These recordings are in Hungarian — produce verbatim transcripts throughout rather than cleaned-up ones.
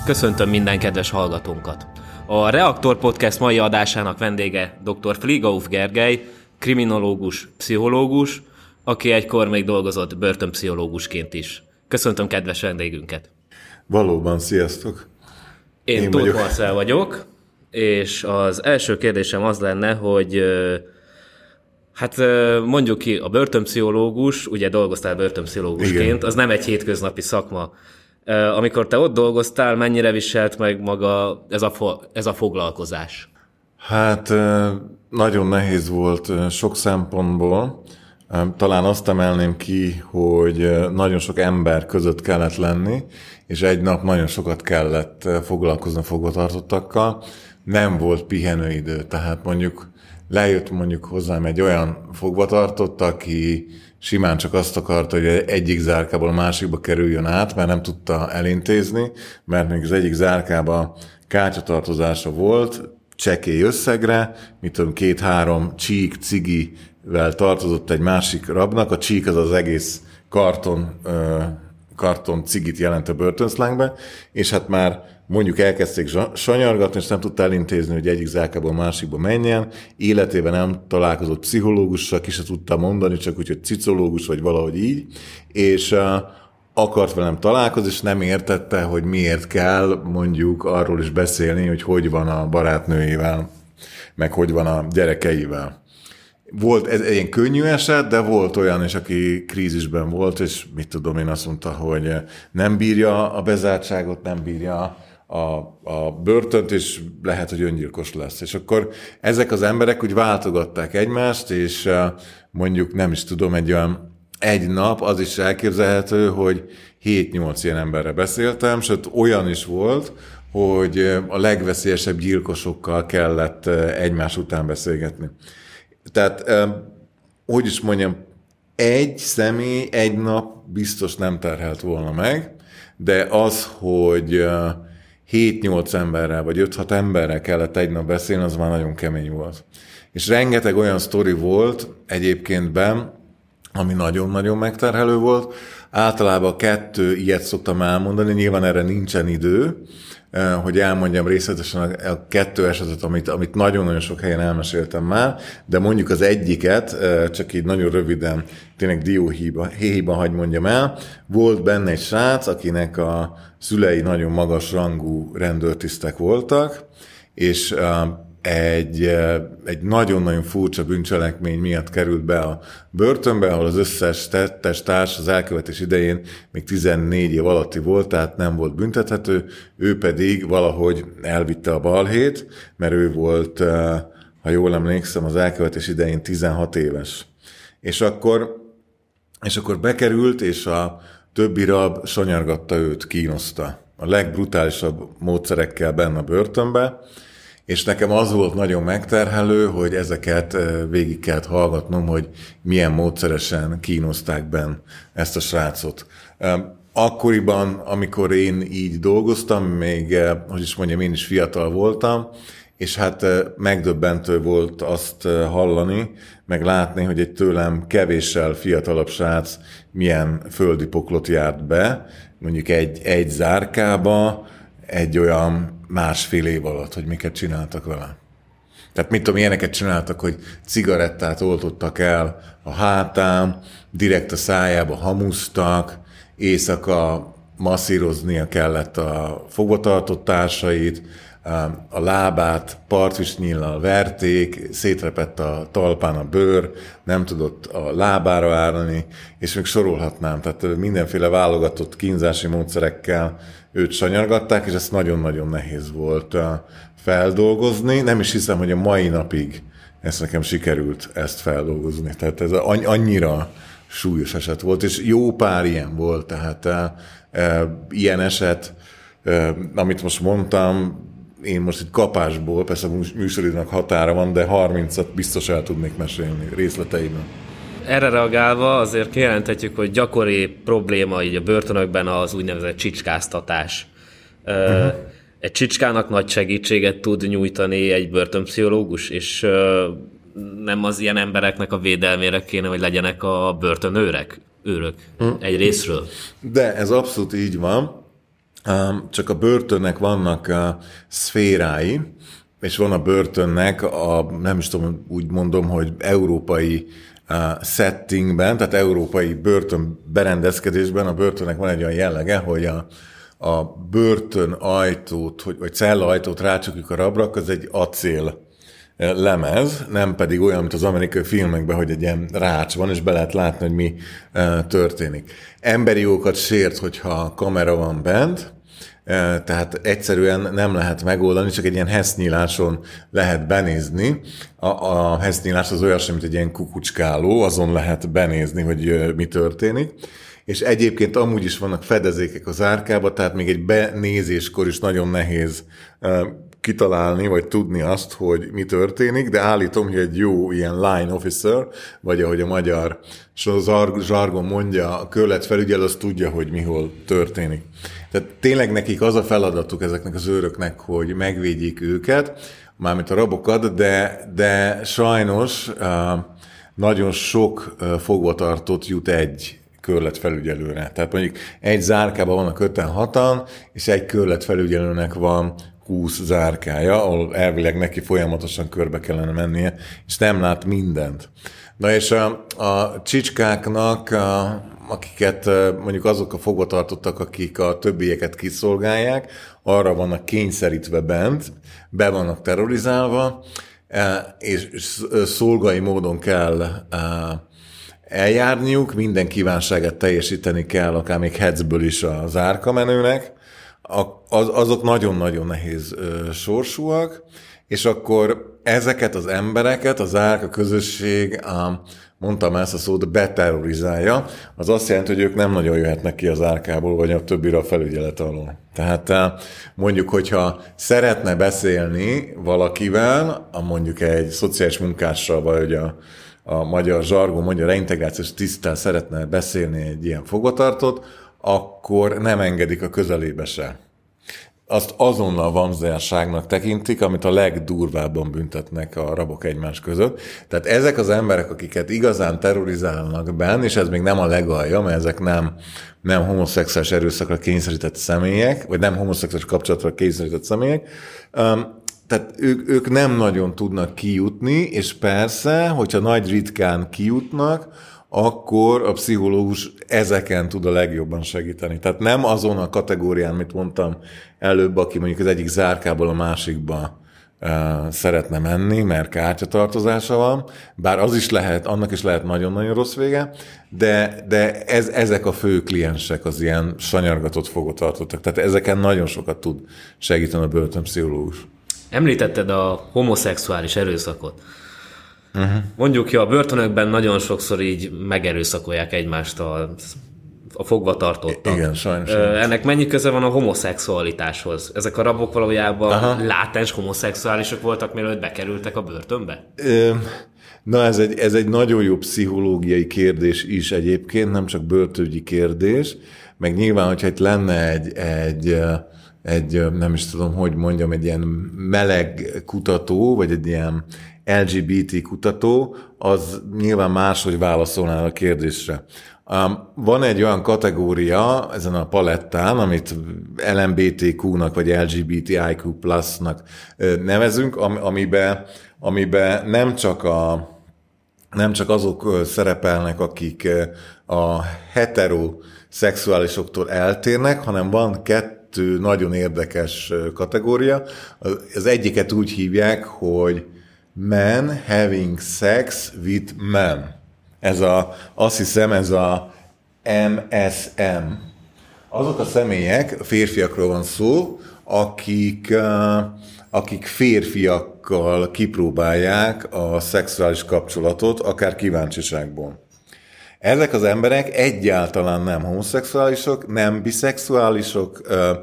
Köszöntöm minden kedves hallgatónkat! A Reaktor Podcast mai adásának vendége dr. Fligauf Gergely, kriminológus, pszichológus, aki egykor még dolgozott börtönpszichológusként is. Köszöntöm kedves vendégünket! Valóban, sziasztok! Én, Én Tóth Marcell vagyok, és az első kérdésem az lenne, hogy hát mondjuk ki, a börtönpszichológus, ugye dolgoztál börtönpszichológusként, igen. Az nem egy hétköznapi szakma. Amikor te ott dolgoztál, mennyire viselt meg maga ez a, fo- ez a foglalkozás? Hát nagyon nehéz volt sok szempontból. Talán azt emelném ki, hogy nagyon sok ember között kellett lenni, és egy nap nagyon sokat kellett foglalkozni a fogvatartottakkal. Nem volt pihenőidő, tehát mondjuk lejött mondjuk hozzám egy olyan fogvatartott, aki simán csak azt akarta, hogy egyik zárkából a másikba kerüljön át, mert nem tudta elintézni, mert még az egyik zárkába kártyatartozása volt, csekély összegre, mit tudom, két-három csík cigivel tartozott egy másik rabnak, a csík az az egész karton, karton cigit jelent a börtönszlángbe, és hát már mondjuk elkezdték sanyargatni, és nem tudta elintézni, hogy egyik zárkából a másikba menjen. Életében nem találkozott pszichológussal, ki se tudta mondani, csak úgy, hogy cicológus, vagy valahogy így. És uh, akart velem találkozni, és nem értette, hogy miért kell mondjuk arról is beszélni, hogy hogy van a barátnőjével, meg hogy van a gyerekeivel. Volt ez egy ilyen könnyű eset, de volt olyan is, aki krízisben volt, és mit tudom én, azt mondta, hogy nem bírja a bezártságot, nem bírja A, a börtönt, és lehet, hogy öngyilkos lesz. És akkor ezek az emberek úgy váltogatták egymást, és mondjuk nem is tudom, egy olyan egy nap az is elképzelhető, hogy hét-nyolc ilyen emberre beszéltem, sőt olyan is volt, hogy a legveszélyesebb gyilkosokkal kellett egymás után beszélgetni. Tehát, hogy is mondjam, egy személy egy nap biztos nem terhelt volna meg, de az, hogy hét-nyolc emberrel, vagy öt-hat emberrel kellett egy nap beszélni, az már nagyon kemény volt. És rengeteg olyan sztori volt egyébként benn, ami nagyon-nagyon megterhelő volt. Általában kettő ilyet szoktam elmondani, nyilván erre nincsen idő, hogy elmondjam részletesen a kettő esetet, amit, amit nagyon-nagyon sok helyen elmeséltem már, de mondjuk az egyiket, csak így nagyon röviden, tényleg dióhéjban hagy mondjam el, volt benne egy srác, akinek a szülei nagyon magas rangú rendőrtisztek voltak, és egy, egy nagyon-nagyon furcsa bűncselekmény miatt került be a börtönbe, ahol az összes tettes társ az elkövetés idején még tizennégy év alatti volt, tehát nem volt büntethető, ő pedig valahogy elvitte a balhét, mert ő volt, ha jól emlékszem, az elkövetés idején tizenhat éves. És akkor, és akkor bekerült, és a többi rab sanyargatta őt, kínoszta. A legbrutálisabb módszerekkel benne a börtönbe, és nekem az volt nagyon megterhelő, hogy ezeket végig kellett hallgatnom, hogy milyen módszeresen kínozták benn ezt a srácot. Akkoriban, amikor én így dolgoztam, még, hogy is mondjam, én is fiatal voltam, és hát megdöbbentő volt azt hallani, meg látni, hogy egy tőlem kevéssel fiatalabb srác milyen földi poklot járt be, mondjuk egy, egy zárkába, egy olyan másfél év alatt, hogy miket csináltak vele. Tehát mit tudom, ilyeneket csináltak, hogy cigarettát oltottak el a hátán, direkt a szájába hamuztak, éjszaka masszíroznia kellett a fogvatartott társait, a lábát partvisnyillal verték, szétrepett a talpán a bőr, nem tudott a lábára állni, és még sorolhatnám. Tehát mindenféle válogatott kínzási módszerekkel őt sanyargatták, és ezt nagyon-nagyon nehéz volt feldolgozni. Nem is hiszem, hogy a mai napig ezt nekem sikerült ezt feldolgozni. Tehát ez annyira súlyos eset volt, és jó pár ilyen volt. Tehát e, e, ilyen eset, e, amit most mondtam, én most itt kapásból, persze a műsoridőnek határa van, de harmincat biztos el tudnék mesélni részleteiben. Erre reagálva azért kijelenthetjük, hogy gyakori probléma így a börtönökben az úgynevezett csicskáztatás. Uh-huh. Egy csicskának nagy segítséget tud nyújtani egy börtönpszichológus, és nem az ilyen embereknek a védelmére kéne, hogy legyenek a börtönőrek, őrök uh-huh. egy részről. De ez abszolút így van. csak a börtönnek vannak szférái, és van a börtönnek a, nem is tudom, úgy mondom, hogy európai settingben, tehát európai börtön berendezkedésben a börtönnek van egy olyan jellege, hogy a, a börtön ajtót, vagy cella ajtót rácsukjuk a rabra, az egy acél lemez, nem pedig olyan, mint az amerikai filmekben, hogy egy ilyen rács van, és be lehet látni, hogy mi történik. Emberi jogokat sért, hogyha kamera van bent, tehát egyszerűen nem lehet megoldani, csak egy ilyen hesznyíláson lehet benézni. A, a hesznyílás az olyasmi, mint egy ilyen kukucskáló, azon lehet benézni, hogy mi történik. És egyébként amúgy is vannak fedezékek az árkába, tehát még egy benézéskor is nagyon nehéz kitalálni, vagy tudni azt, hogy mi történik, de állítom, hogy egy jó ilyen line officer, vagy ahogy a magyar zsargon mondja, a körletfelügyelő, az tudja, hogy mi hol történik. Tehát tényleg nekik az a feladatuk ezeknek az őröknek, hogy megvédjék őket, mármint a rabokat, de, de sajnos nagyon sok fogvatartott jut egy körletfelügyelőre. Tehát mondjuk egy zárkában vannak öten hatan, és egy körletfelügyelőnek van húsz zárkája, ahol elvileg neki folyamatosan körbe kellene mennie, és nem lát mindent. Na és a, a csicskáknak, a, akiket mondjuk azok a fogvatartottak, akik a többieket kiszolgálják, arra vannak kényszerítve bent, be vannak terrorizálva, és szolgai módon kell eljárniuk, minden kívánságát teljesíteni kell, akár még hetszből is az árkamenőnek, az, azok nagyon-nagyon nehéz ö, sorsúak, és akkor ezeket az embereket az árka közösség, ám, mondtam ezt a szót, beterrorizálja, az azt jelenti, hogy ők nem nagyon jöhetnek ki az árkából, vagy a többire a felügyelet alól. Tehát mondjuk, hogyha szeretne beszélni valakivel, mondjuk egy szociális munkással, vagy a, a magyar zsargon, mondja, reintegrációs tiszttel szeretne beszélni egy ilyen fogvatartott, akkor nem engedik a közelébe se. Azt azonnal vamzárságnak tekintik, amit a legdurvábban büntetnek a rabok egymás között. Tehát ezek az emberek, akiket igazán terrorizálnak benn, és ez még nem a legalja, mert ezek nem, nem homoszexuális erőszakra kényszerített személyek, vagy nem homoszexuális kapcsolatra kényszerített személyek, tehát ők, ők nem nagyon tudnak kijutni, és persze, hogyha nagy ritkán kijutnak, akkor a pszichológus ezeken tud a legjobban segíteni. Tehát nem azon a kategórián, amit mondtam előbb, aki mondjuk az egyik zárkából a másikba uh, szeretne menni, mert kártyatartozása van, bár az is lehet, annak is lehet nagyon-nagyon rossz vége, de, de ez, ezek a fő kliensek az ilyen sanyargatott fogvatartottak. Tehát ezeken nagyon sokat tud segíteni a börtönpszichológus. Említetted a homoszexuális erőszakot. Uh-huh. Mondjuk ki, a börtönökben nagyon sokszor így megerőszakolják egymást a, a fogvatartottak. Igen, sajnos. Ennek mennyi köze van a homoszexualitáshoz? Ezek a rabok valójában Aha. látens homoszexuálisok voltak, mielőtt bekerültek a börtönbe? Ö, na, ez egy, ez egy nagyon jó pszichológiai kérdés is egyébként, nem csak börtönügyi kérdés, meg nyilván, hogyha itt lenne egy, egy, egy nem is tudom, hogy mondjam, egy ilyen meleg kutató, vagy egy ilyen el gé bé té kutató, az nyilván máshogy válaszolnál a kérdésre. Van egy olyan kategória ezen a palettán, amit el em bé té kú-nak vagy el gé bé té i kú plusz-nak nevezünk, amiben, amiben nem csak a nem csak azok szerepelnek, akik a heteroszexuálisoktól eltérnek, hanem van kettő nagyon érdekes kategória. Az egyiket úgy hívják, hogy men having sex with men. Ez a, azt hiszem, ez a em es em. Azok a személyek, férfiakról van szó, akik, akik férfiakkal kipróbálják a szexuális kapcsolatot, akár kíváncsiságból. Ezek az emberek egyáltalán nem homoszexuálisok, nem biszexuálisok,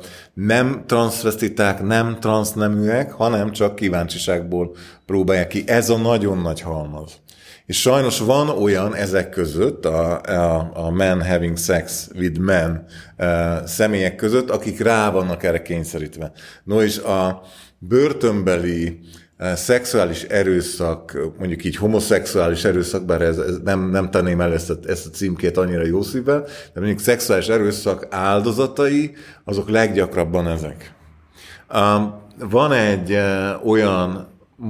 nem transzvesztiták, nem transzneműek, hanem csak kíváncsiságból próbálják ki. Ez a nagyon nagy halmaz. És sajnos van olyan ezek között, a, a, a men having sex with men személyek között, akik rá vannak erre kényszerítve. No és a börtönbeli szexuális erőszak, mondjuk így homoszexuális erőszak, bár ez, ez nem, nem tenném el ezt a, ezt a címkét annyira jó szívvel, de mondjuk szexuális erőszak áldozatai, azok leggyakrabban ezek. Van egy olyan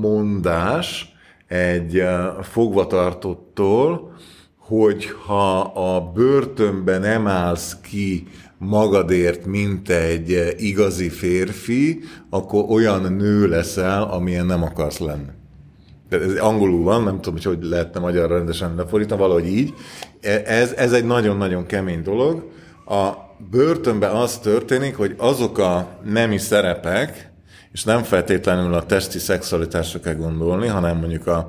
mondás egy fogvatartottól, hogy ha a börtönben nem állsz ki magadért, mint egy igazi férfi, akkor olyan nő leszel, amilyen nem akarsz lenni. Ez angolul van, nem tudom, hogy hogy lehetne magyarra rendesen lefordítani, valahogy így. Ez, ez egy nagyon-nagyon kemény dolog. A börtönben az történik, hogy azok a nemi szerepek, és nem feltétlenül a testi szexualitásra kell gondolni, hanem mondjuk a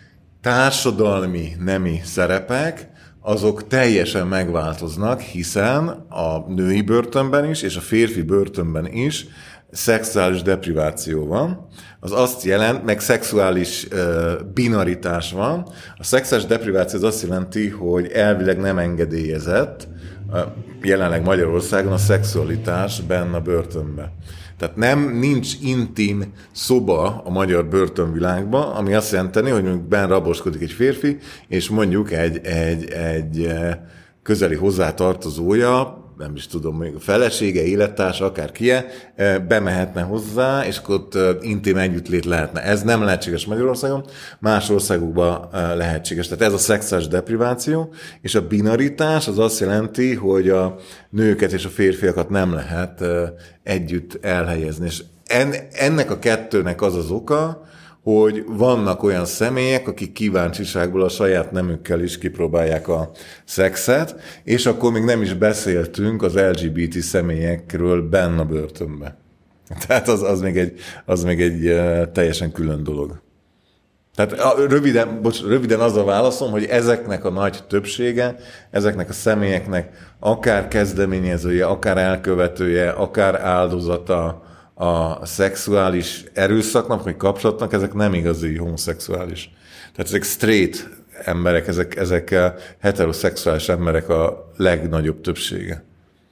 társadalmi nemi szerepek, azok teljesen megváltoznak, hiszen a női börtönben is, és a férfi börtönben is szexuális depriváció van. Az azt jelent, meg szexuális uh, binaritás van. A szexuális depriváció az azt jelenti, hogy elvileg nem engedélyezett uh, jelenleg Magyarországon a szexualitás benne a börtönben. Tehát nem, nincs intim szoba a magyar börtönvilágban, ami azt jelenteni, hogy mondjuk benn raboskodik egy férfi, és mondjuk egy, egy, egy közeli hozzátartozója, nem is tudom, mondjuk a felesége, élettársa, akár kie, bemehetne hozzá, és akkor ott intim együttlét lehetne. Ez nem lehetséges Magyarországon, más országokban lehetséges. Tehát ez a szexuális depriváció, és a binaritás az azt jelenti, hogy a nőket és a férfiakat nem lehet együtt elhelyezni. És ennek a kettőnek az az oka, hogy vannak olyan személyek, akik kíváncsiságból a saját nemükkel is kipróbálják a szexet, és akkor még nem is beszéltünk az el gé bé té személyekről benn a börtönben. Tehát az, az, még egy, az még egy teljesen külön dolog. Tehát röviden, bocs, röviden az a válaszom, hogy ezeknek a nagy többsége, ezeknek a személyeknek akár kezdeményezője, akár elkövetője, akár áldozata a szexuális erőszaknak, vagy kapcsolatnak, ezek nem igazi homoszexuális. Tehát ezek straight emberek, ezek, ezek heteroszexuális emberek a legnagyobb többsége.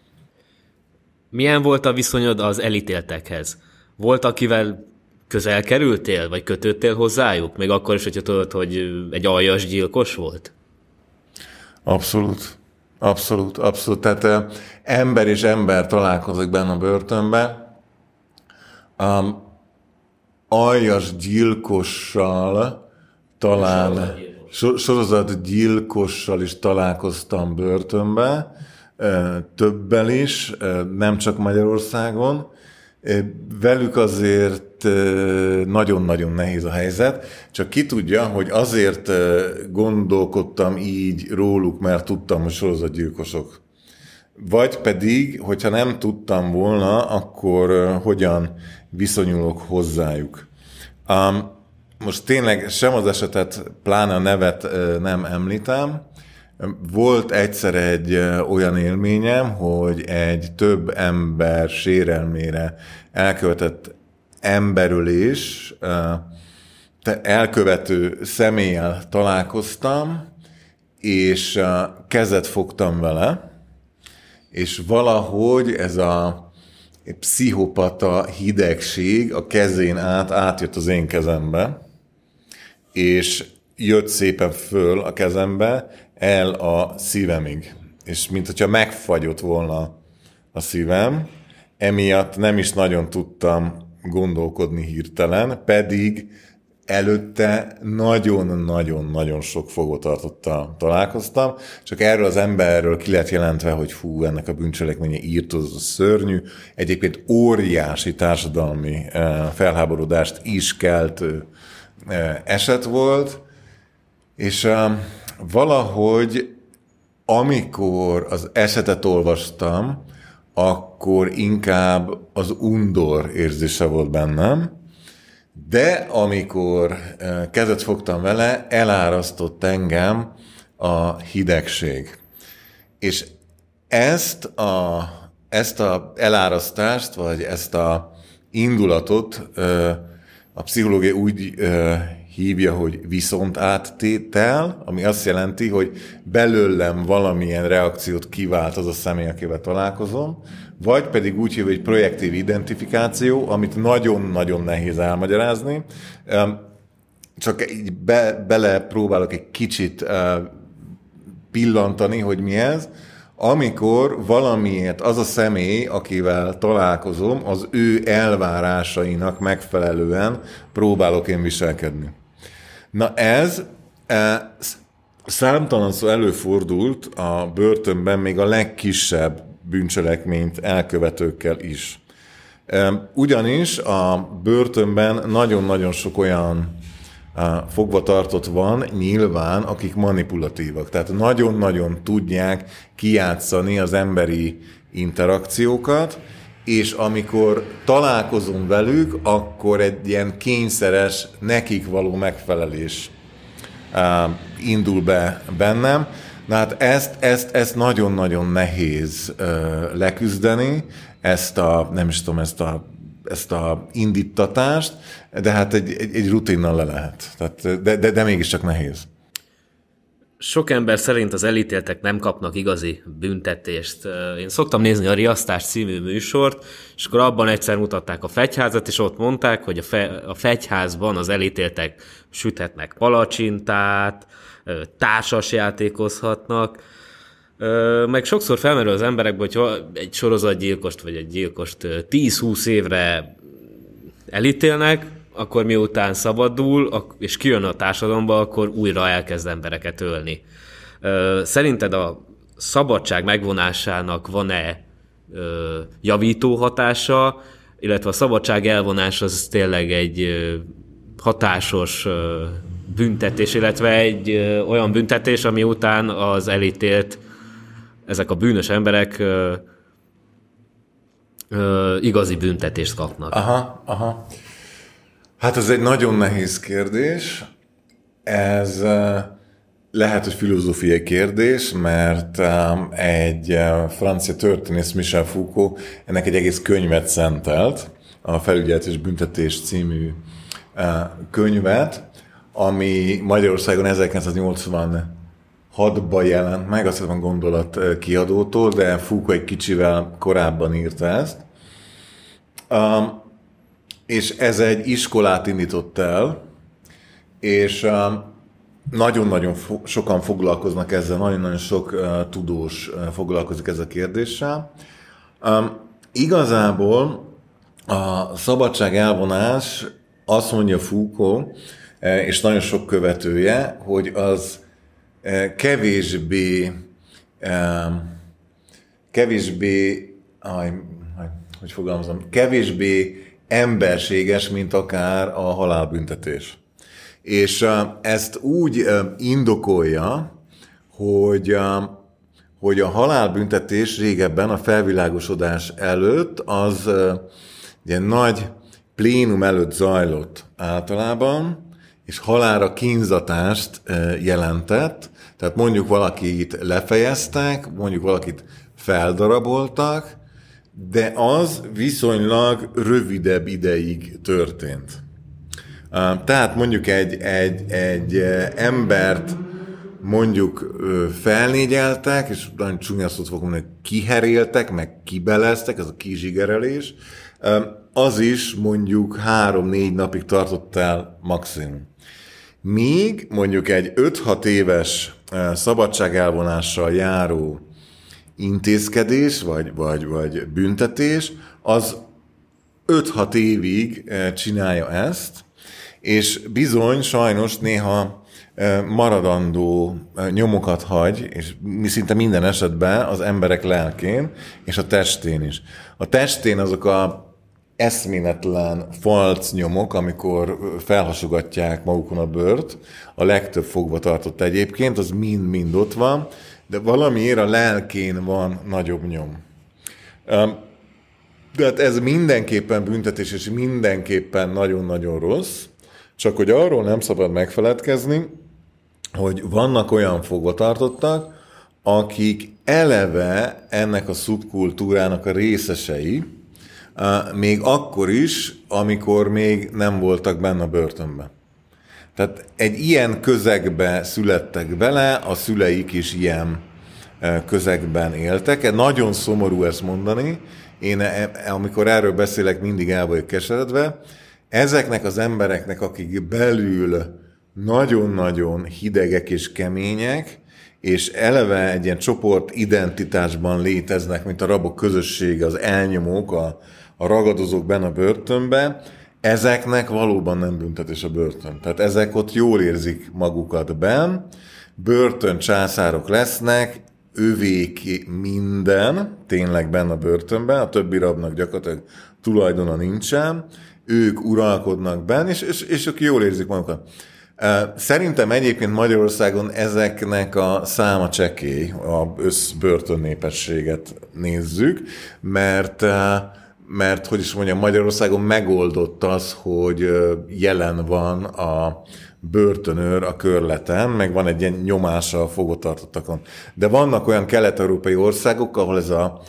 Milyen volt a viszonyod az elítéltekhez? Volt, akivel közel kerültél, vagy kötődtél hozzájuk? Még akkor is, hogyha tudod, hogy egy aljas gyilkos volt? Abszolút. Abszolút, abszolút. Tehát ember és ember találkozik benne a börtönben. Um, aljas gyilkossal talán, sorozatgyilkossal is találkoztam börtönbe, többel is, nem csak Magyarországon. Velük azért nagyon-nagyon nehéz a helyzet, csak ki tudja, hogy azért gondolkodtam így róluk, mert tudtam, hogy sorozatgyilkosok. Vagy pedig, hogyha nem tudtam volna, akkor hogyan viszonyulok hozzájuk. Um, most tényleg sem az esetet, pláne a nevet nem említem. Volt egyszer egy olyan élményem, hogy egy több ember sérelmére elkövetett emberölés, elkövető személlyel találkoztam, és kezet fogtam vele, és valahogy ez a pszichopata hidegség a kezén át átjött az én kezembe, és jött szépen föl a kezembe, el a szívemig. És mint hogyha megfagyott volna a szívem, emiatt nem is nagyon tudtam gondolkodni hirtelen, pedig előtte nagyon-nagyon-nagyon sok fogvatartottal találkoztam, csak erről az emberről ki lett jelentve, hogy fú, ennek a bűncselekménye írtózó, szörnyű, egyébként óriási társadalmi felháborodást is keltő eset volt, és valahogy amikor az esetet olvastam, akkor inkább az undor érzése volt bennem, de amikor kezet fogtam vele, elárasztott engem a hidegség. És ezt a, ezt a elárasztást, vagy ezt a indulatot a pszichológia úgy hívja, hogy viszontáttétel, ami azt jelenti, hogy belőlem valamilyen reakciót kivált az a személy, akivel találkozom, vagy pedig úgy hívja, hogy projektív identifikáció, amit nagyon-nagyon nehéz elmagyarázni. Csak így be, bele próbálok egy kicsit pillantani, hogy mi ez. Amikor valamiért az a személy, akivel találkozom, az ő elvárásainak megfelelően próbálok én viselkedni. Na ez e, számtalanszor előfordult a börtönben még a legkisebb bűncselekményt elkövetőkkel is. E, ugyanis a börtönben nagyon-nagyon sok olyan fogva tartott van nyilván, akik manipulatívak. Tehát nagyon-nagyon tudják kijátszani az emberi interakciókat, és amikor találkozom velük, akkor egy ilyen kényszeres, nekik való megfelelés indul be bennem. Na hát ezt, ezt, ezt nagyon-nagyon nehéz leküzdeni, ezt a, nem is tudom, ezt a ezt a indítatást, de hát egy, egy, egy rutinnal le lehet. Tehát, de, de, de mégiscsak nehéz. Sok ember szerint az elítéltek nem kapnak igazi büntetést. Én szoktam nézni a Riasztás című műsort, és akkor abban egyszer mutatták a fegyházat, és ott mondták, hogy a, fe, a fegyházban az elítéltek süthetnek palacsintát, társasjátékozhatnak, meg sokszor felmerül az emberekben, hogyha egy sorozatgyilkost vagy egy gyilkost tíz-húsz évre elítélnek, akkor miután szabadul, és kijön a társadalomba, akkor újra elkezd embereket ölni. Szerinted a szabadság megvonásának van-e javító hatása, illetve a szabadság elvonás az tényleg egy hatásos büntetés, illetve egy olyan büntetés, ami után az elítélt ezek a bűnös emberek ö, ö, igazi büntetést kapnak. Aha, aha. Hát ez egy nagyon nehéz kérdés. Ez uh, lehet, hogy filozófiai kérdés, mert um, egy uh, francia történész, Michel Foucault, ennek egy egész könyvet szentelt, a Felügyelet és Büntetés című uh, könyvet, ami Magyarországon ezerkilencszáznyolcvanhatban jelent meg, azt hiszem a Gondolat kiadótól, de Foucault egy kicsivel korábban írta ezt. Um, és ez egy iskolát indított el, és um, nagyon-nagyon fo- sokan foglalkoznak ezzel, nagyon-nagyon sok uh, tudós uh, foglalkozik ezzel a kérdéssel. Um, igazából a szabadság elvonás, azt mondja Foucault, és nagyon sok követője, hogy az kevésbé, kevésbé, aj, hogy fogalmazom, kevésbé emberséges, mint akár a halálbüntetés. És ezt úgy indokolja, hogy, hogy a halálbüntetés régebben a felvilágosodás előtt az ilyen nagy plénum előtt zajlott általában, és halálra kínzatást jelentett. Tehát mondjuk valakit lefejeztek, mondjuk valakit feldaraboltak, de az viszonylag rövidebb ideig történt. Tehát mondjuk egy, egy, egy embert mondjuk felnégyeltek, és nagyon csúnya szót fogok mondani, kiheréltek, meg kibeleztek, ez a kizsigerelés, az is mondjuk három-négy napig tartott el maximum. Míg mondjuk egy öt-hat éves szabadságelvonással járó intézkedés, vagy, vagy, vagy büntetés, az öt-hat évig csinálja ezt, és bizony sajnos néha maradandó nyomokat hagy, és szinte minden esetben az emberek lelkén, és a testén is. A testén azok a eszméletlen falc nyomok, amikor felhasogatják magukon a bőrt, a legtöbb fogva tartott egyébként, az mind-mind ott van, de valamiért a lelkén van nagyobb nyom. De hát ez mindenképpen büntetés, és mindenképpen nagyon-nagyon rossz, csak hogy arról nem szabad megfeledkezni, hogy vannak olyan fogvatartottak, akik eleve ennek a szubkultúrának a részesei, még akkor is, amikor még nem voltak benne a börtönben. Tehát egy ilyen közegbe születtek bele, a szüleik is ilyen közegben éltek. Nagyon szomorú ezt mondani. Én amikor erről beszélek, mindig el vagyok keseredve. Ezeknek az embereknek, akik belül nagyon-nagyon hidegek és kemények, és eleve egy ilyen csoport identitásban léteznek, mint a rabok közössége, az elnyomók, a, a ragadozók benne a börtönben, ezeknek valóban nem büntetés a börtön. Tehát ezek ott jól érzik magukat benn, börtöncsászárok lesznek, övék minden, tényleg benne a börtönben, a többi rabnak gyakorlatilag tulajdona nincsen, ők uralkodnak benn, és, és, és ők jól érzik magukat. Szerintem egyébként Magyarországon ezeknek a száma csekély, a összbörtön népességet nézzük, mert, mert hogy is mondjam, Magyarországon megoldott az, hogy jelen van a börtönőr a körleten, meg van egy ilyen nyomása a fogvatartottakon. De vannak olyan kelet-európai országok, ahol ez a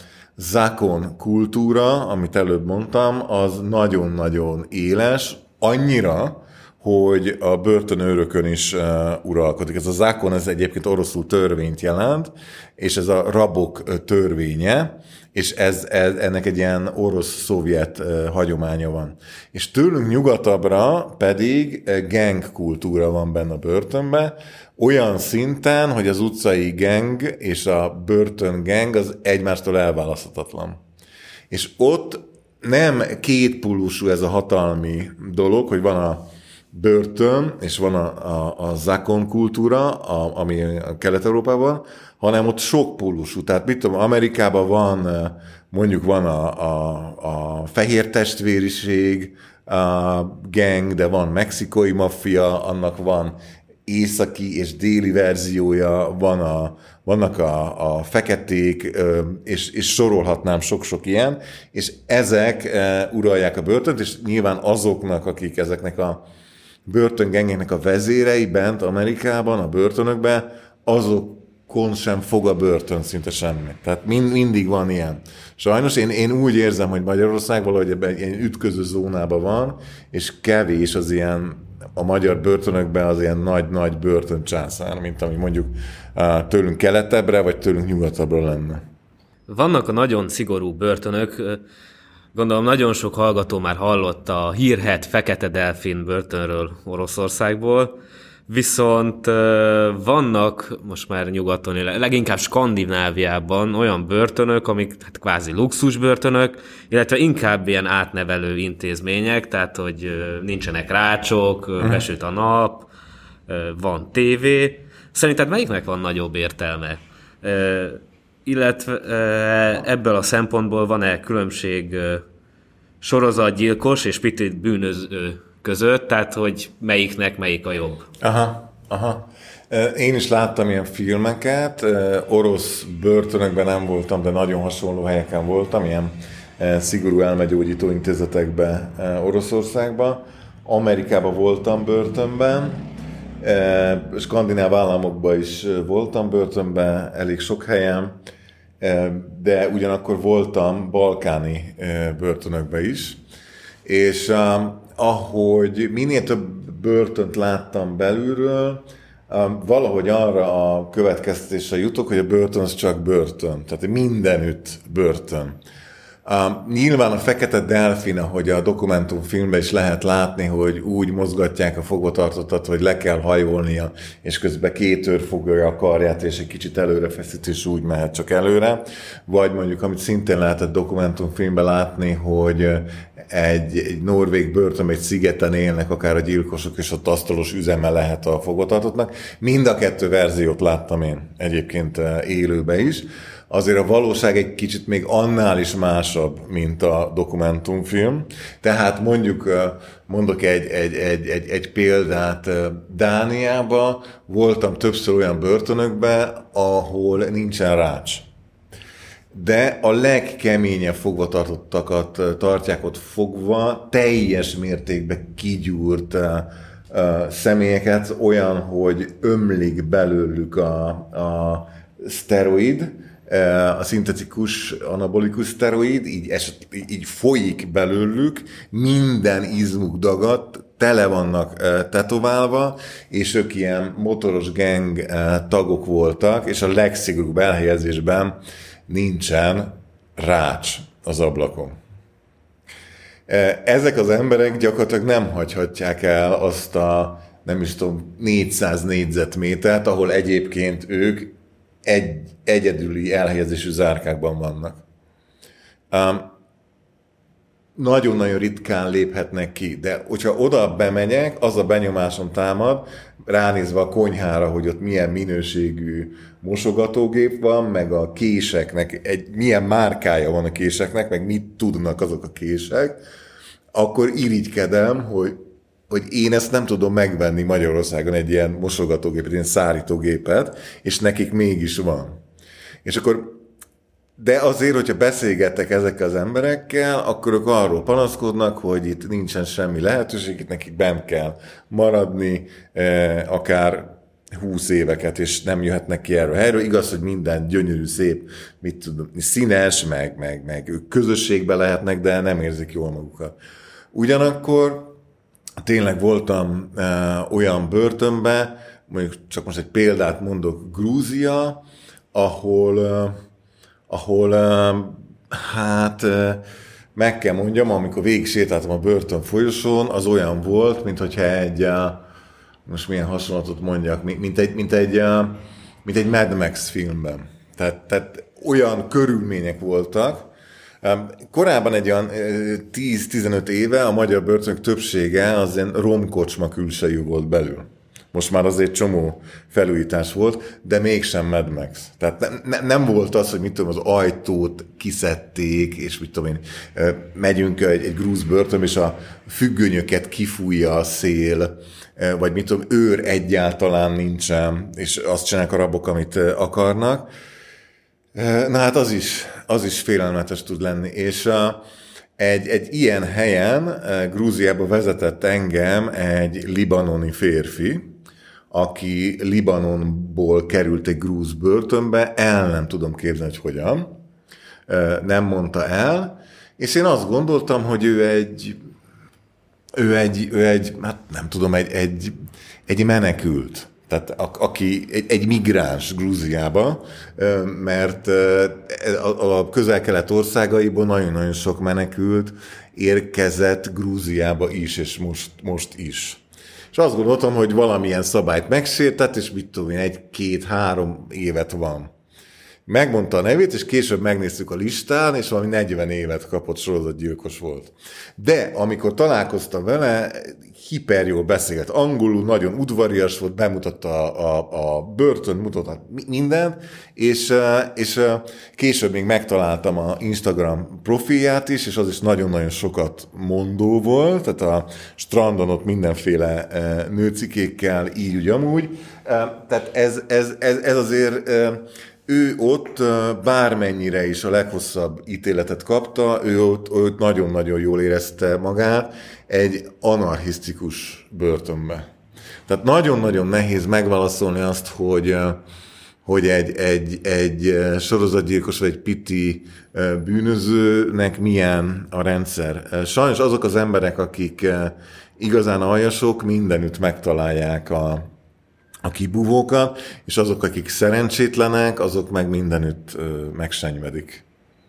zákon kultúra, amit előbb mondtam, az nagyon-nagyon éles, annyira, hogy a börtönőrökön is uh, uralkodik. Ez a zákon, ez egyébként oroszul törvényt jelent, és ez a rabok törvénye, és ez, ez, ennek egy ilyen orosz-szovjet uh, hagyománya van. És tőlünk nyugatabbra pedig uh, gang kultúra van benne a börtönben, olyan szinten, hogy az utcai gang és a börtön gang az egymástól elválaszthatatlan. És ott nem kétpólusú ez a hatalmi dolog, hogy van a börtön, és van a, a, a zákon kultúra, a, ami a Kelet-Európában, hanem ott sok pólusú. Tehát mit tudom, Amerikában van, mondjuk van a, a, a fehér testvériség, a gang, de van mexikai maffia, annak van északi és déli verziója, van a, vannak a, a feketék, és, és sorolhatnám sok-sok ilyen, és ezek uralják a börtönt, és nyilván azoknak, akik ezeknek a börtöngengeknek a vezérei bent Amerikában, a börtönökben, azokon sem fog a börtön szinte semmi. Tehát mind, mindig van ilyen. Sajnos én, én úgy érzem, hogy Magyarország valahogy ebben ilyen ütköző zónában van, és kevés az ilyen, a magyar börtönökben az ilyen nagy-nagy börtöncsászár, mint ami mondjuk tőlünk keletebbre, vagy tőlünk nyugatabbra lenne. Vannak a nagyon szigorú börtönök. Gondolom nagyon sok hallgató már hallott a hírhedt Fekete Delfin börtönről Oroszországból, viszont vannak most már nyugaton, leginkább Skandináviában olyan börtönök, amik hát kvázi luxusbörtönök, illetve inkább ilyen átnevelő intézmények, tehát hogy nincsenek rácsok, uh-huh. besüt a nap, van tévé. Szerinted melyiknek van nagyobb értelme? Illetve ebből a szempontból van-e különbség sorozatgyilkos és pitit bűnöző között, tehát hogy melyiknek melyik a jobb? Aha, aha. Én is láttam ilyen filmeket, orosz börtönökben nem voltam, de nagyon hasonló helyeken voltam, ilyen szigorú elmegyógyító intézetekben Oroszországban. Amerikában voltam börtönben, skandináv államokban is voltam börtönben, elég sok helyen, de ugyanakkor voltam balkáni börtönökben is, és ahogy minél több börtönt láttam belülről, valahogy arra a következtetésre jutok, hogy a börtön az csak börtön, tehát mindenütt börtön. Uh, nyilván a Fekete Delfin, ahogy a dokumentumfilmben is lehet látni, hogy úgy mozgatják a fogvatartottat, hogy le kell hajolnia, és közben két őr fogja a karját, és egy kicsit előre feszít, és úgy mehet csak előre. Vagy mondjuk, amit szintén lehetett dokumentumfilmben látni, hogy egy, egy norvég börtönben, egy szigeten élnek akár a gyilkosok, és a tasztalos üzeme lehet a fogvatartottnak. Mind a kettő verziót láttam én egyébként élőben is. Azért a valóság egy kicsit még annál is másabb, mint a dokumentumfilm. Tehát mondjuk, mondok egy, egy, egy, egy, egy példát, Dániában voltam többször olyan börtönökben, ahol nincsen rács. De a legkeményebb fogvatartottakat tartják ott fogva, teljes mértékben kigyúrt személyeket, olyan, hogy ömlik belőlük a, a szteroid, a szintetikus anabolikus szteroid, így, eset, így folyik belőlük, minden izmuk dagadt, tele vannak tetoválva, és ők ilyen motoros gang tagok voltak, és a legszigorúbb elhelyezésben nincsen rács az ablakon. Ezek az emberek gyakorlatilag nem hagyhatják el azt a, nem is tudom, négyszáz négyzetmétert, ahol egyébként ők egy egyedüli elhelyezésű zárkákban vannak. Um, nagyon-nagyon ritkán léphetnek ki, de hogyha oda bemegyek, az a benyomásom támad, ránézve a konyhára, hogy ott milyen minőségű mosogatógép van, meg a késeknek, egy, milyen márkája van a késeknek, meg mit tudnak azok a kések, akkor irigykedem, hogy, hogy én ezt nem tudom megvenni Magyarországon egy ilyen mosogatógépet, egy ilyen szárítógépet, és nekik mégis van. És akkor de azért, hogyha beszélgettek ezekkel az emberekkel, akkor ők arról panaszkodnak, hogy itt nincsen semmi lehetőség, itt nekik bent kell maradni, eh, akár húsz éveket, és nem jöhetnek ki erről a helyről. Igaz, hogy minden gyönyörű, szép, mit tudom, színes, meg, meg, meg ők közösségben lehetnek, de nem érzik jól magukat. Ugyanakkor tényleg voltam eh, olyan börtönben, mondjuk csak most egy példát mondok, Grúzia, ahol... Eh, ahol hát meg kell mondjam, amikor végig sétáltam a börtön folyosón, az olyan volt, mint hogyha egy, most milyen hasonlatot mondjak, mint egy, mint egy, mint egy Mad Max filmben. Tehát, tehát olyan körülmények voltak. Korábban egy olyan tíz-tizenöt éve a magyar börtönök többsége az ilyen romkocsma külsejű volt belül. Most már azért csomó felújítás volt, de mégsem Mad Max. Tehát ne, ne, nem volt az, hogy mit tudom, az ajtót kiszedték, és mit tudom én, megyünk egy, egy grúz börtön, és a függönyöket kifújja a szél, vagy mit tudom, őr egyáltalán nincsen, és azt csinálják a rabok, amit akarnak. Na hát az is, az is félelmetes tud lenni. És egy, egy ilyen helyen Grúziába vezetett engem egy libanoni férfi, aki Libanonból került egy grúz börtönbe, el nem tudom képzelni, hogy hogyan, nem mondta el, és én azt gondoltam, hogy ő egy, ő egy, ő egy hát nem tudom, egy, egy, egy menekült, tehát a, aki egy, egy migráns Grúziába, mert a, a közel-kelet országaiból nagyon-nagyon sok menekült érkezett Grúziába is, és most, most is. És azt gondoltam, hogy valamilyen szabályt megsértett, és mit tudom én, egy-két-három évet van. Megmondta a nevét, és később megnéztük a listán, és valami negyven évet kapott, sorozatgyilkos volt. De amikor találkoztam vele, hiper jól beszélt angolul, nagyon udvarias volt, bemutatta a, a, a börtön, mutatta mindent, és, és később még megtaláltam a Instagram profilját is, és az is nagyon-nagyon sokat mondó volt, tehát a strandon ott mindenféle nőcikékkel, így úgy amúgy. Tehát ez, ez, ez, ez azért... Ő ott bármennyire is a leghosszabb ítéletet kapta, ő ott, ott nagyon-nagyon jól érezte magát egy anarchisztikus börtönbe. Tehát nagyon-nagyon nehéz megválaszolni azt, hogy, hogy egy, egy, egy sorozatgyilkos vagy egy piti bűnözőnek milyen a rendszer. Sajnos azok az emberek, akik igazán aljasok, mindenütt megtalálják a a kibúvókat, és azok, akik szerencsétlenek, azok meg mindenütt ö, megsenyvedik.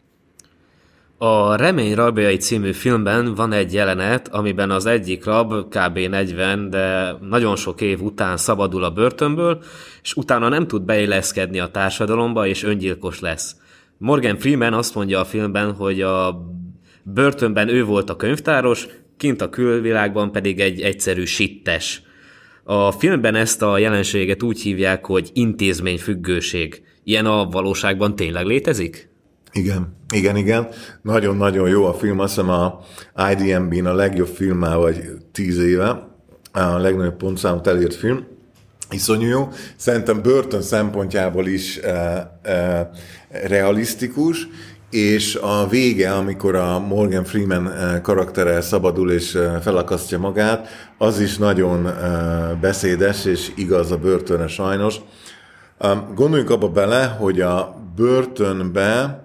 A Remény rabjai című filmben van egy jelenet, amiben az egyik rab kb. negyven, de nagyon sok év után szabadul a börtönből, és utána nem tud beilleszkedni a társadalomba, és öngyilkos lesz. Morgan Freeman azt mondja a filmben, hogy a börtönben ő volt a könyvtáros, kint a külvilágban pedig egy egyszerű sittes. A filmben ezt a jelenséget úgy hívják, hogy intézményfüggőség. Ilyen a valóságban tényleg létezik? Igen, igen, igen. Nagyon-nagyon jó a film, azt hiszem a I D M B-n a legjobb filmmel vagy tíz éve, a legnagyobb pontszámot elért film. Iszonyú jó. Szerintem börtön szempontjából is e, e, realisztikus, és a vége, amikor a Morgan Freeman karaktere szabadul és felakasztja magát, az is nagyon beszédes, és igaz a börtönre sajnos. Gondoljunk abba bele, hogy a börtönbe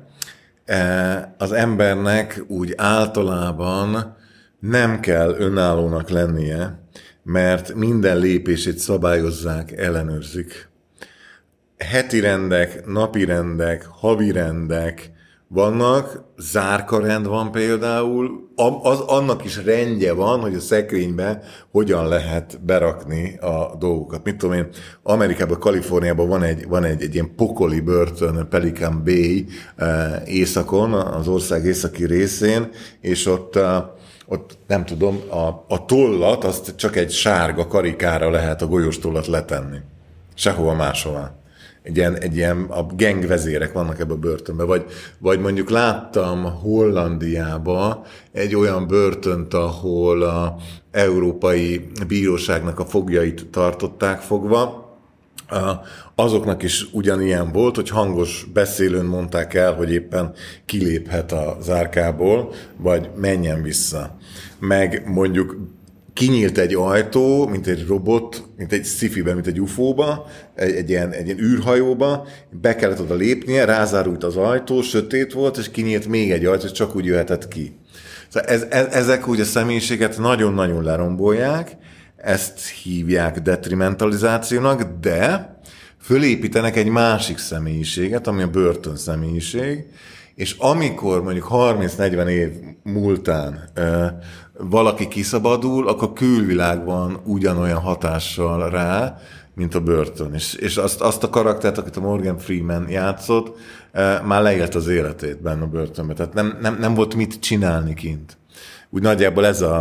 az embernek úgy általában nem kell önállónak lennie, mert minden lépését szabályozzák, ellenőrzik. Heti rendek, napi rendek, havi rendek vannak, zárkarend van például, az, annak is rendje van, hogy a szekrénybe hogyan lehet berakni a dolgokat. Mit tudom én, Amerikában, Kaliforniában van egy, van egy, egy ilyen pokoli börtön, Pelican Bay északon, az ország északi részén, és ott ott nem tudom, a, a tollat, azt csak egy sárga karikára lehet a golyóstollat letenni. Sehova máshová. Egy ilyen, egy ilyen a gengvezérek vannak ebben a börtönben. Vagy, vagy mondjuk láttam Hollandiába egy olyan börtönt, ahol a Európai Bíróságnak a foglyait tartották fogva. Azoknak is ugyanilyen volt, hogy hangos beszélőn mondták el, hogy éppen kiléphet a zárkából, vagy menjen vissza. Meg mondjuk kinyílt egy ajtó, mint egy robot, mint egy sci-fibe, mint egy ufóba, egy, egy, ilyen, egy ilyen űrhajóba, be kellett oda lépnie, rázárult az ajtó, sötét volt, és kinyílt még egy ajtó, és csak úgy jöhetett ki. Szóval ez, ez, ezek úgy a személyiséget nagyon-nagyon lerombolják, ezt hívják detrimentalizációnak, de fölépítenek egy másik személyiséget, ami a börtön személyiség, és amikor mondjuk harminc-negyven év múltán ö, valaki kiszabadul, akkor külvilágban ugyanolyan hatással rá, mint a börtön. És, és azt, azt a karaktert, akit a Morgan Freeman játszott, ö, már leélt az életét benne a börtönben. Tehát nem, nem, nem volt mit csinálni kint. Úgy nagyjából ez az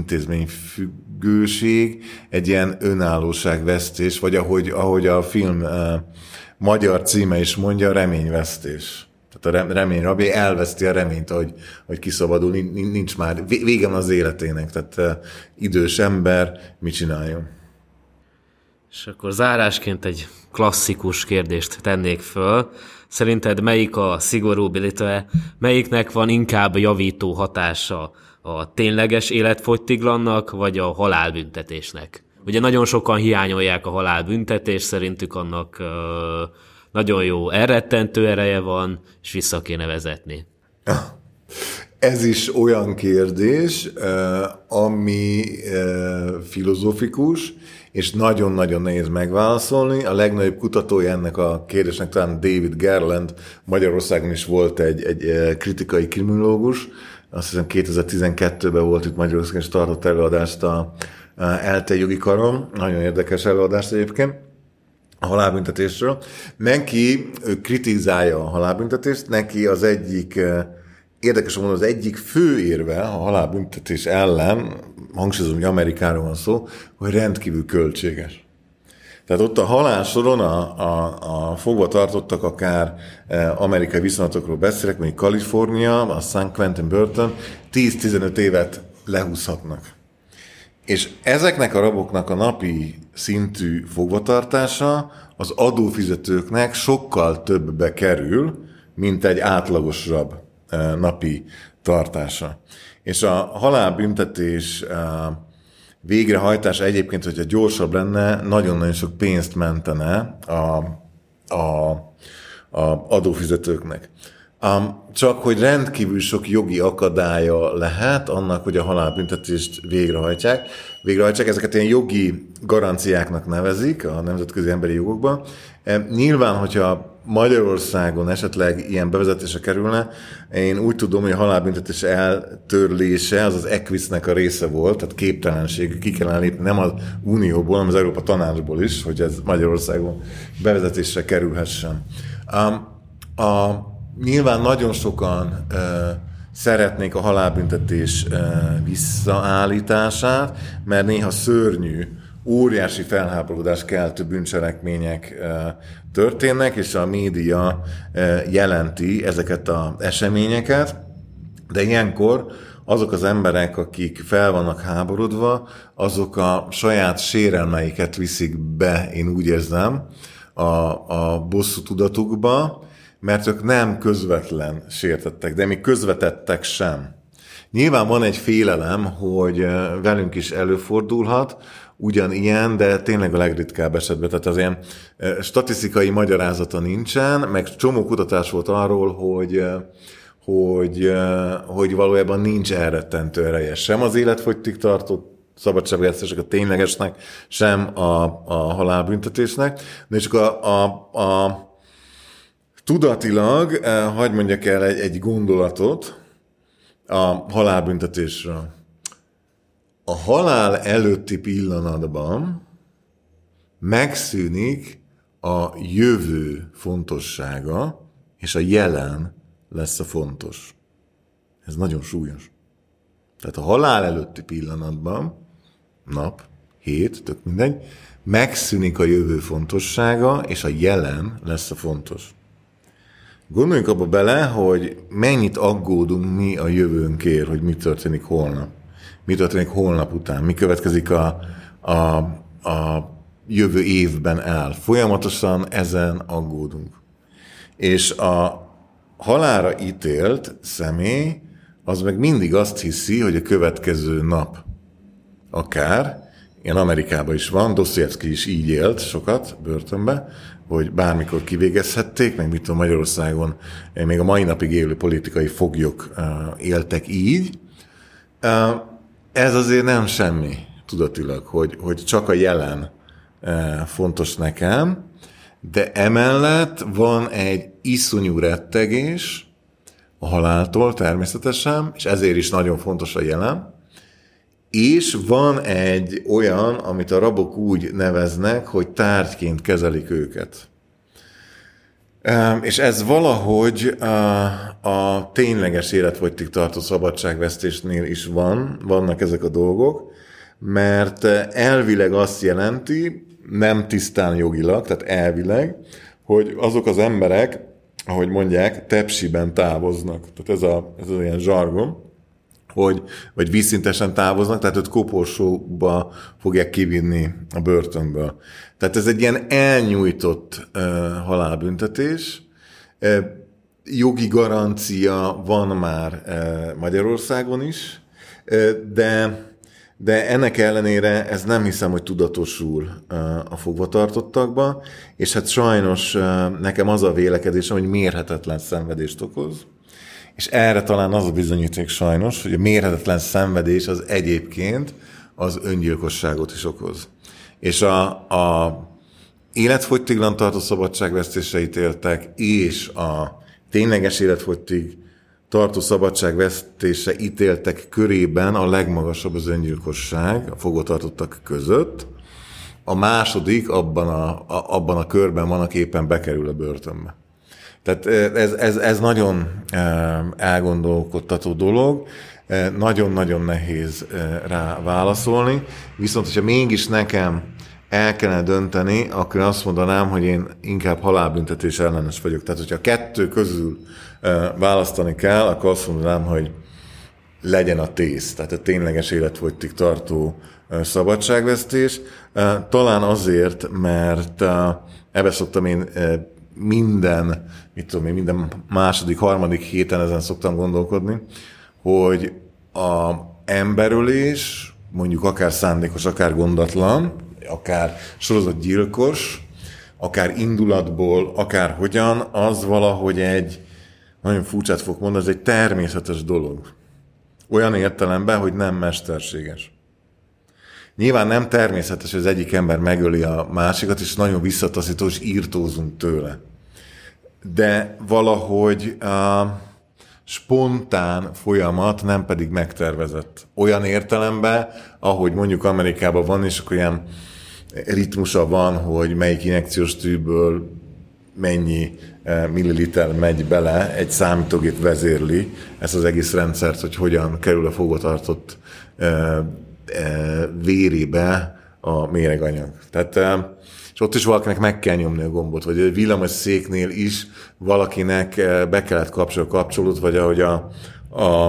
intézményfüggőség, egy ilyen önállóságvesztés, vagy ahogy, ahogy a film uh, magyar címe is mondja, reményvesztés. Tehát a remény rabja elveszti a reményt, hogy, hogy kiszabadul, nincs már, vége van az életének, tehát uh, idős ember, mit csináljon? És akkor zárásként egy klasszikus kérdést tennék föl. Szerinted melyik a szigorúbb, illetve melyiknek van inkább javító hatása? A tényleges életfogytiglannak, vagy a halálbüntetésnek? Ugye nagyon sokan hiányolják a halálbüntetést, szerintük annak uh, nagyon jó elrettentő ereje van, és vissza kéne vezetni. Ez is olyan kérdés, ami filozófikus, és nagyon-nagyon nehéz megválaszolni. A legnagyobb kutatója ennek a kérdésnek talán David Garland, Magyarországon is volt egy, egy kritikai kriminológus, azt hiszem kétezer-tizenkettőben volt itt Magyarországon, és tartott előadást a ELTE jogi karon, nagyon érdekes előadást egyébként, a halálbüntetésről. Neki ő kritizálja a halálbüntetést, neki az egyik, érdekes módon az egyik fő érve a halálbüntetés ellen, hangsúlyozom, hogy Amerikáról van szó, hogy rendkívül költséges. Tehát ott a halálsoron a, a, a fogva tartottak, akár amerikai viszonylatokról beszélek, mondjuk Kalifornia, a San Quentin börtön, tíz-tizenöt évet lehúzhatnak. És ezeknek a raboknak a napi szintű fogvatartása az adófizetőknek sokkal többbe kerül, mint egy átlagos rab napi tartása. És a halálbüntetés végrehajtása egyébként, hogyha gyorsabb lenne, nagyon-nagyon sok pénzt mentene a, a, a adófizetőknek. Um, csak hogy rendkívül sok jogi akadálya lehet annak, hogy a halálbüntetést végrehajtják. Végrehajtják, ezeket ilyen jogi garanciáknak nevezik a nemzetközi emberi jogokban. E, nyilván, hogyha Magyarországon esetleg ilyen bevezetése kerülne, én úgy tudom, hogy a halálbüntetés eltörlése az az ECVIS-nek a része volt, tehát képtelenség, ki kellene lépni nem az Unióból, hanem az Európa Tanácsból is, hogy ez Magyarországon bevezetésre kerülhessen. Um, a Nyilván nagyon sokan uh, szeretnék a halálbüntetés uh, visszaállítását, mert néha szörnyű, óriási felháborodást keltő bűncselekmények uh, történnek, és a média uh, jelenti ezeket az eseményeket, de ilyenkor azok az emberek, akik fel vannak háborodva, azok a saját sérelmeiket viszik be, én úgy érzem, a, a bosszú tudatukba, mert ők nem közvetlen sértettek, de még közvetettek sem. Nyilván van egy félelem, hogy velünk is előfordulhat, ugyanilyen, de tényleg a legritkább esetben. Tehát az ilyen statisztikai magyarázata nincsen, meg csomó kutatás volt arról, hogy, hogy, hogy valójában nincs elrettentő ereje sem az életfogytig tartó szabadságvesztések a ténylegesnek, sem a, a halálbüntetésnek. De csak a, a, a tudatilag, hadd mondjak el egy, egy gondolatot a halálbüntetésről. A halál előtti pillanatban megszűnik a jövő fontossága, és a jelen lesz a fontos. Ez nagyon súlyos. Tehát a halál előtti pillanatban, nap, hét, tök mindegy, megszűnik a jövő fontossága, és a jelen lesz a fontos. Gondoljunk abba bele, hogy mennyit aggódunk mi a jövőnkért, hogy mi történik holnap. Mi történik holnap után, mi következik a, a, a jövő évben el. Folyamatosan ezen aggódunk. És a halálra ítélt személy, az meg mindig azt hiszi, hogy a következő nap akár, ilyen Amerikában is van, Dostoyevsky is így élt sokat börtönbe, hogy bármikor kivégezhették, meg mit tudom, Magyarországon még a mai napig élő politikai foglyok éltek így. Ez azért nem semmi tudatilag, hogy, hogy csak a jelen fontos nekem, de emellett van egy iszonyú rettegés a haláltól természetesen, és ezért is nagyon fontos a jelen, és van egy olyan, amit a rabok úgy neveznek, hogy tárgyként kezelik őket. És ez valahogy a, a tényleges életfogytig tartó szabadságvesztésnél is van, vannak ezek a dolgok, mert elvileg azt jelenti, nem tisztán jogilag, tehát elvileg, hogy azok az emberek, ahogy mondják, tepsiben távoznak. Tehát ez, a, ez az ilyen zsargon, hogy, vagy vízszintesen távoznak, tehát őt koporsóba fogják kivinni a börtönből. Tehát ez egy ilyen elnyújtott uh, halálbüntetés. Uh, jogi garancia van már uh, Magyarországon is, uh, de, de ennek ellenére ez nem hiszem, hogy tudatosul uh, a fogvatartottakban, és hát sajnos uh, nekem az a vélekedésem, hogy mérhetetlen szenvedést okoz, és erre talán az a bizonyíték sajnos, hogy a mérhetetlen szenvedés az egyébként az öngyilkosságot is okoz. És a, a életfogytiglan tartó szabadságvesztésre ítéltek, és a tényleges életfogytig tartó szabadságvesztésre ítéltek körében a legmagasabb az öngyilkosság a fogvatartottak között. A második abban a, a, abban a körben van, aki éppen bekerül a börtönbe. Tehát ez, ez, ez nagyon elgondolkodtató dolog, nagyon-nagyon nehéz rá válaszolni, viszont hogyha mégis nekem el kellene dönteni, akkor azt mondanám, hogy én inkább halálbüntetés ellenes vagyok. Tehát, hogyha a kettő közül választani kell, akkor azt mondanám, hogy legyen a tész, tehát a tényleges életfogytig tartó szabadságvesztés. Talán azért, mert ebbe szoktam én minden, mit tudom én, minden második, harmadik héten ezen szoktam gondolkodni, hogy a emberölés, mondjuk akár szándékos, akár gondatlan, akár sorozatgyilkos, akár indulatból, akár hogyan, az valahogy egy, nagyon furcsát fogok mondani, ez egy természetes dolog. Olyan értelemben, hogy nem mesterséges. Nyilván nem természetes, hogy az egyik ember megöli a másikat, és nagyon visszataszító, és írtózunk tőle. De valahogy a spontán folyamat, nem pedig megtervezett. Olyan értelemben, ahogy mondjuk Amerikában van, és akkor ilyen ritmusa van, hogy melyik injekciós tűből mennyi milliliter megy bele, egy számítógép vezérli ezt az egész rendszert, hogy hogyan kerül a fogvatartott vérébe a méreganyag. Tehát, és ott is valakinek meg kell nyomni a gombot, vagy a villamos széknél is valakinek be kellett kapcsolni a kapcsolót, vagy ahogy a, a,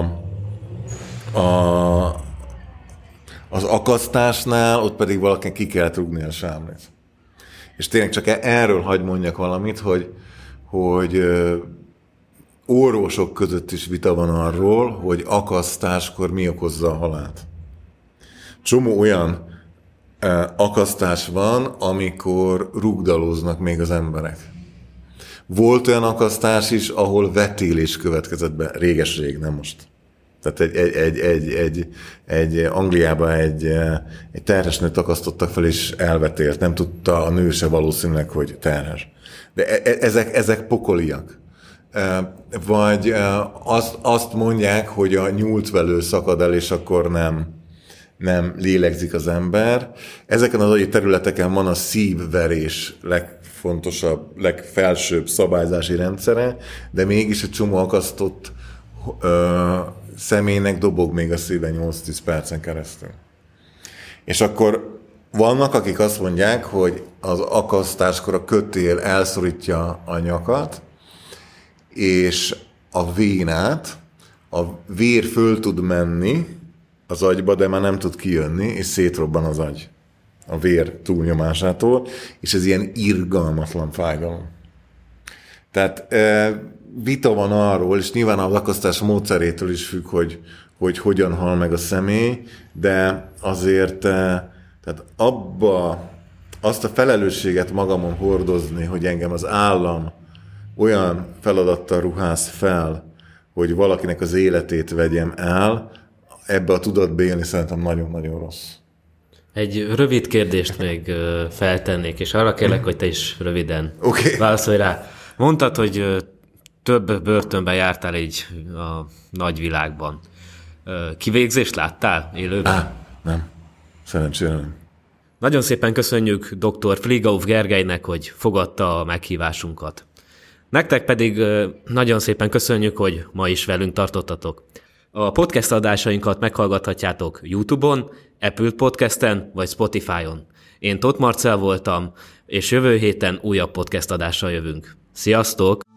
a, az akasztásnál, ott pedig valakinek ki kellett rúgni a sámlét. És tényleg csak erről hagy mondjak valamit, hogy, hogy orvosok között is vita van arról, hogy akasztáskor mi okozza a halált. Csomó olyan akasztás van, amikor rugdalóznak még az emberek. Volt olyan akasztás is, ahol vetélés következett be, réges-rég, nem most. Tehát egy, egy, egy, egy, egy, egy Angliában egy, egy terhes nőt akasztottak fel, és elvetélt. Nem tudta a nő se valószínűleg, hogy terhes. De ezek, ezek pokoliak. Vagy azt, azt mondják, hogy a nyúltvelő szakad el, és akkor nem, nem lélegzik az ember. Ezeken az agyi területeken van a szívverés legfontosabb, legfelsőbb szabályzási rendszere, de mégis a csomó akasztott ö, személynek dobog még a szíve nyolc-tíz percen keresztül. És akkor vannak, akik azt mondják, hogy az akasztáskor a kötél elszorítja a nyakat, és a vénát, a vér föl tud menni az agyba, de már nem tud kijönni, és szétrobban az agy a vér túlnyomásától, és ez ilyen irgalmatlan fájdalom. Tehát e, vita van arról, és nyilván az akasztás módszerétől is függ, hogy, hogy hogyan hal meg a személy, de azért e, tehát abba azt a felelősséget magamon hordozni, hogy engem az állam olyan feladattal ruház fel, hogy valakinek az életét vegyem el, ebbe a tudatba élni szerintem nagyon-nagyon rossz. Egy rövid kérdést még feltennék, és arra kérlek, hogy te is röviden okay. válaszolj rá. Mondtad, hogy több börtönben jártál így a nagyvilágban. Kivégzést láttál élőben? Á, nem. Szerencsére nem. Nagyon szépen köszönjük dr. Fligauf Gergelynek, hogy fogadta a meghívásunkat. Nektek pedig nagyon szépen köszönjük, hogy ma is velünk tartottatok. A podcast adásainkat meghallgathatjátok YouTube-on, Apple Podcasten vagy Spotify-on. Én Tóth Marcell voltam, és jövő héten újabb podcast adással jövünk. Sziasztok!